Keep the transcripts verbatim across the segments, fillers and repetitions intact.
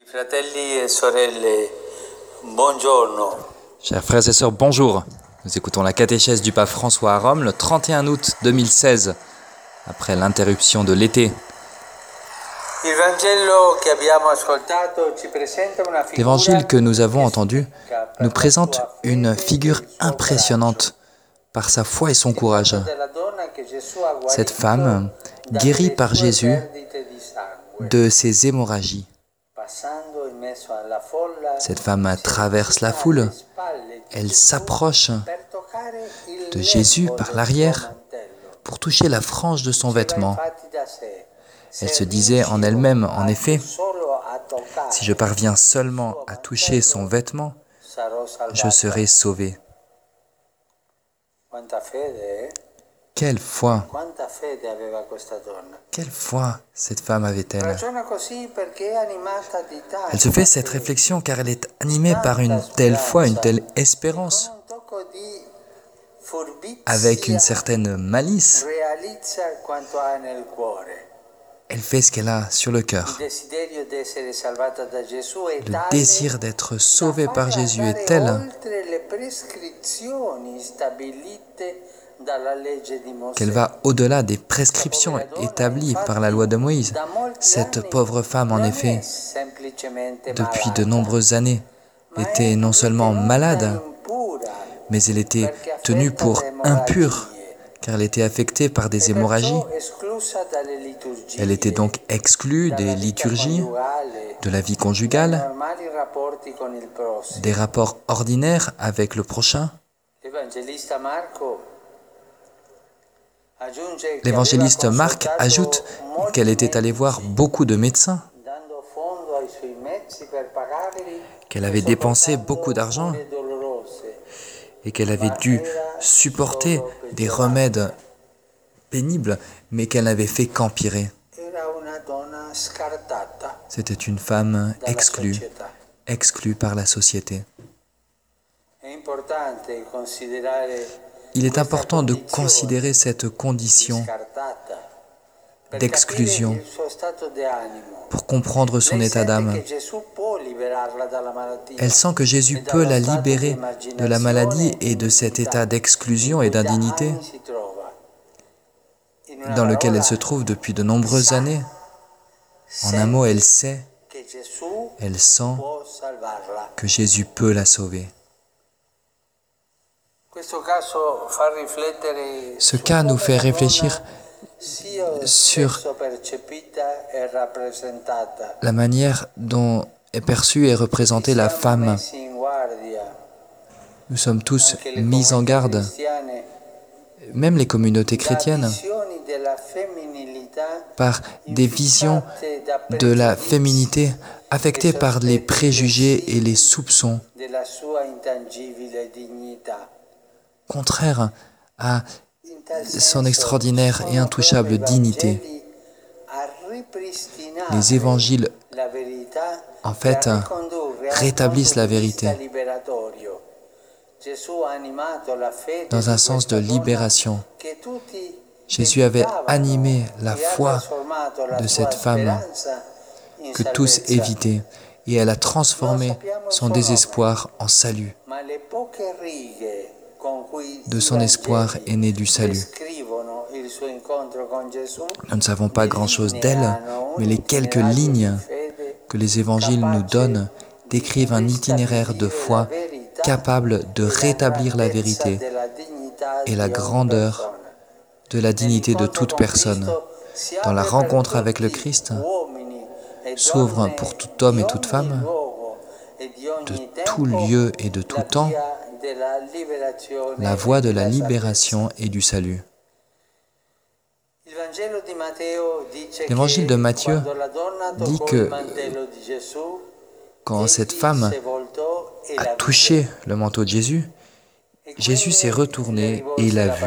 Fratelli e sorelle, buongiorno. Chers frères et sœurs, bonjour. Nous écoutons la catéchèse du pape François à Rome le trente et un août deux mille seize, après l'interruption de l'été. L'évangile que nous avons entendu nous présente une figure impressionnante par sa foi et son courage. Cette femme, guérie par Jésus de ses hémorragies. Cette femme traverse la foule, elle s'approche de Jésus par l'arrière pour toucher la frange de son vêtement. Elle se disait en elle-même, en effet, si je parviens seulement à toucher son vêtement, je serai sauvée. Quelle foi! Quelle foi cette femme avait-elle? Elle se fait cette réflexion car elle est animée par une telle foi, une telle espérance, avec une certaine malice. Elle fait ce qu'elle a sur le cœur. Le désir d'être sauvée par Jésus est tel qu'elle va au-delà des prescriptions établies par la loi de Moïse. Cette pauvre femme, en effet, depuis de nombreuses années, était non seulement malade, mais elle était tenue pour impure, car elle était affectée par des hémorragies. Elle était donc exclue des liturgies, de la vie conjugale, des rapports ordinaires avec le prochain. L'évangéliste Marc ajoute qu'elle était allée voir beaucoup de médecins, qu'elle avait dépensé beaucoup d'argent et qu'elle avait dû supporter des remèdes pénibles, mais qu'elle n'avait fait qu'empirer. C'était une femme exclue, exclue par la société. Il est important de considérer cette condition d'exclusion pour comprendre son état d'âme. Elle sent que Jésus peut la libérer de la maladie et de cet état d'exclusion et d'indignité dans lequel elle se trouve depuis de nombreuses années. En un mot, elle sait, elle sent que Jésus peut la sauver. Ce cas nous fait réfléchir sur la manière dont est perçue et représentée la femme. Nous sommes tous mis en garde, même les communautés chrétiennes, par des visions de la féminité affectées par les préjugés et les soupçons, contraires à son extraordinaire et intouchable dignité. Les évangiles, en fait, rétablissent la vérité dans un sens de libération. Jésus avait animé la foi de cette femme que tous évitaient et elle a transformé son désespoir en salut. De son espoir est né du salut. Nous ne savons pas grand-chose d'elle, mais les quelques lignes que les évangiles nous donnent décrivent un itinéraire de foi capable de rétablir la vérité et la grandeur de la dignité de toute personne. Dans la rencontre avec le Christ, s'ouvre pour tout homme et toute femme, de tout lieu et de tout temps, la voie de la libération et du salut. L'évangile de Matthieu dit que quand cette femme a touché le manteau de Jésus, Jésus s'est retourné et il l'a vu.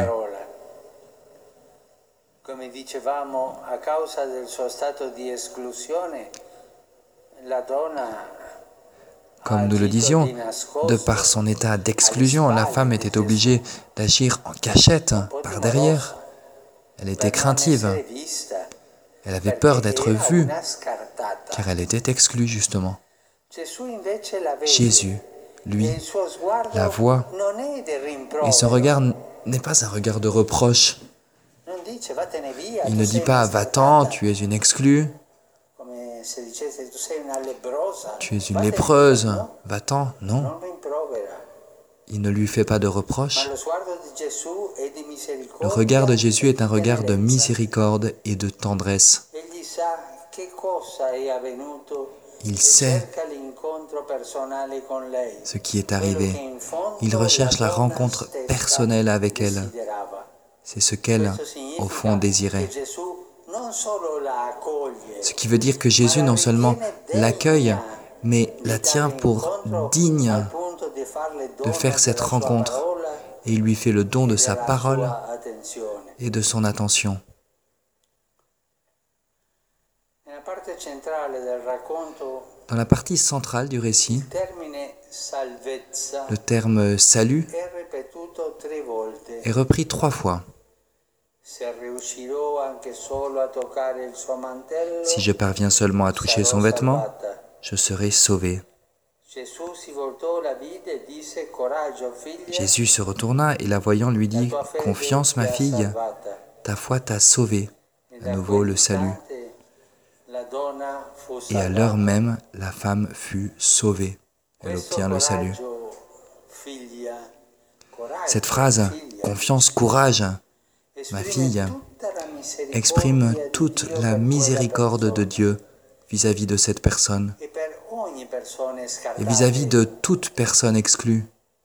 Comme nous le disions, de par son état d'exclusion, la femme était obligée d'agir en cachette, par derrière. Elle était craintive. Elle avait peur d'être vue, car elle était exclue justement. Jésus, lui, la voit, et son regard n'est pas un regard de reproche. Il ne dit pas « va-t'en, tu es une exclue ». Tu es une lépreuse, va-t'en, non. Il ne lui fait pas de reproche. Le regard de Jésus est un regard de miséricorde et de tendresse. Il sait ce qui est arrivé. Il recherche la rencontre personnelle avec elle. C'est ce qu'elle, au fond, désirait. Ce qui veut dire que Jésus non seulement l'accueille, mais la tient pour digne de faire cette rencontre, et il lui fait le don de sa parole et de son attention. Dans la partie centrale du récit, le terme « salut » est repris trois fois. Si je parviens seulement à toucher son vêtement, je serai sauvé. Jésus se retourna et la voyant lui dit « Confiance, ma fille, ta foi t'a sauvée. » À nouveau le salut. Et à l'heure même, la femme fut sauvée. Elle obtient le salut. Cette phrase « Confiance, courage », ma fille, exprime toute la miséricorde de Dieu vis-à-vis de cette personne et vis-à-vis de toute personne exclue.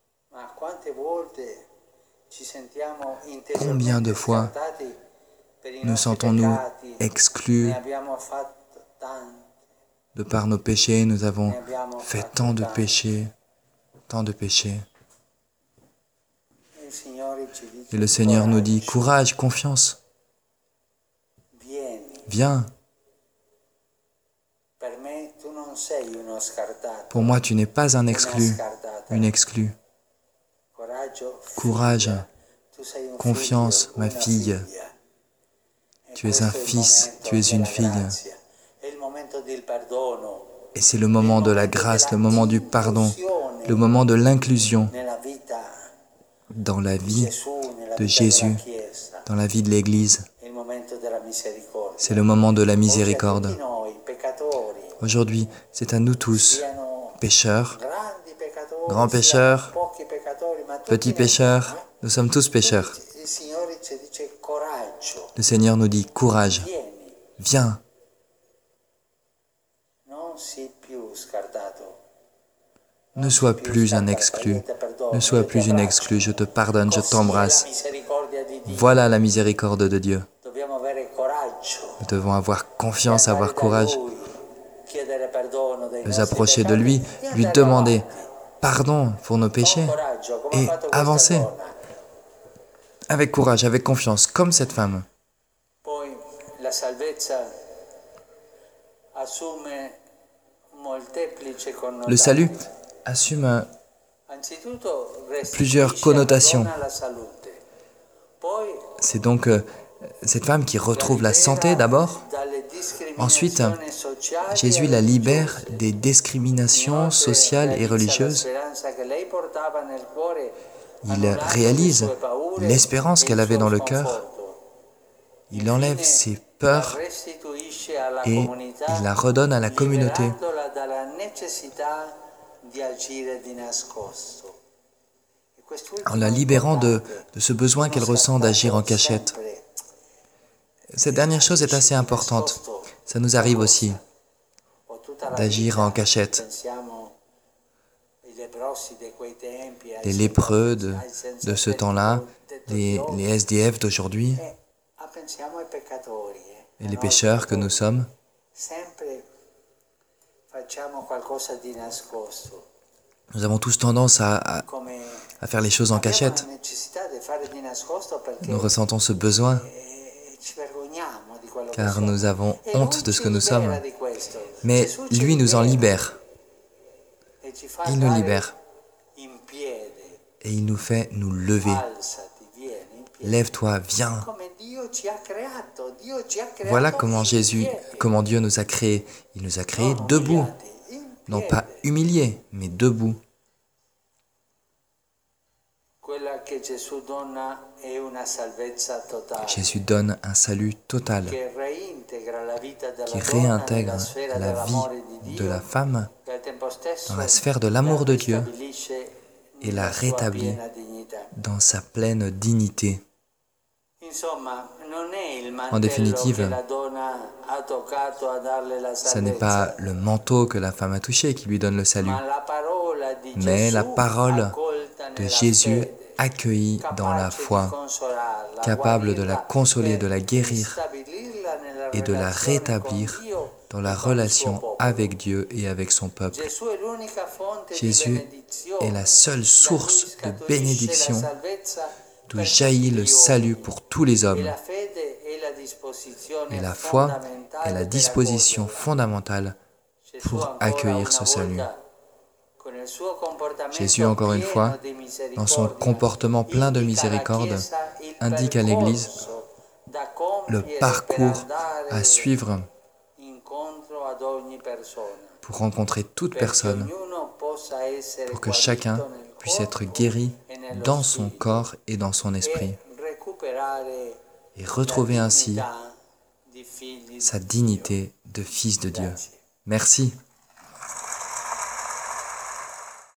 Combien de fois nous sentons-nous exclus de par nos péchés, nous avons fait tant de péchés, tant de péchés. Et le Seigneur nous dit, courage, confiance. Viens. Pour moi, tu n'es pas un exclu, une exclue. Courage, confiance, ma fille. Tu es un fils, tu es une fille. Et c'est le moment de la grâce, le moment du pardon, le moment de l'inclusion dans la vie de Jésus, dans la vie de l'Église. C'est le moment de la miséricorde. Aujourd'hui, c'est à nous tous, pécheurs, grands pécheurs, petits pécheurs, nous sommes tous pécheurs. Le Seigneur nous dit, courage, viens. Ne sois plus un exclu, ne sois plus une exclue, je te pardonne, je t'embrasse. Voilà la miséricorde de Dieu. Nous devons avoir confiance, avoir courage, nous approcher de lui, lui demander pardon pour nos péchés et avancer avec courage, avec confiance, comme cette femme. Le salut assume plusieurs connotations. C'est donc euh, cette femme qui retrouve la santé d'abord. Ensuite, Jésus la libère des discriminations sociales et religieuses. Il réalise l'espérance qu'elle avait dans le cœur. Il enlève ses peurs et il la redonne à la communauté. En la libérant de, de ce besoin qu'elle ressent d'agir en cachette. Cette dernière chose est assez importante. Ça nous arrive aussi d'agir en cachette. Les lépreux de, de ce temps-là, les, les S D F d'aujourd'hui, et les pécheurs que nous sommes, nous avons tous tendance à, à, à faire les choses en cachette. Nous ressentons ce besoin, car nous avons honte de ce que nous sommes. Mais lui nous en libère. Il nous libère. Et il nous fait nous lever. Lève-toi, viens. Voilà comment Jésus, comment Dieu nous a créés. Il nous a créés debout. non pas humilié, mais debout. Jésus donne un salut total qui réintègre la vie de la femme dans la sphère de l'amour de Dieu et la rétablit dans sa pleine dignité. En définitive, ce n'est pas le manteau que la femme a touché qui lui donne le salut, mais la parole de Jésus accueillie dans la foi, capable de la consoler, de la guérir et de la rétablir dans la relation avec Dieu et avec son peuple. Jésus est la seule source de bénédiction d'où jaillit le salut pour tous les hommes. Et la foi est la disposition fondamentale pour accueillir ce salut. Jésus, encore une fois, dans son comportement plein de miséricorde, indique à l'Église le parcours à suivre pour rencontrer toute personne, pour que chacun puisse être guéri dans son corps et dans son esprit, et retrouver ainsi sa dignité de fils de Dieu. Merci.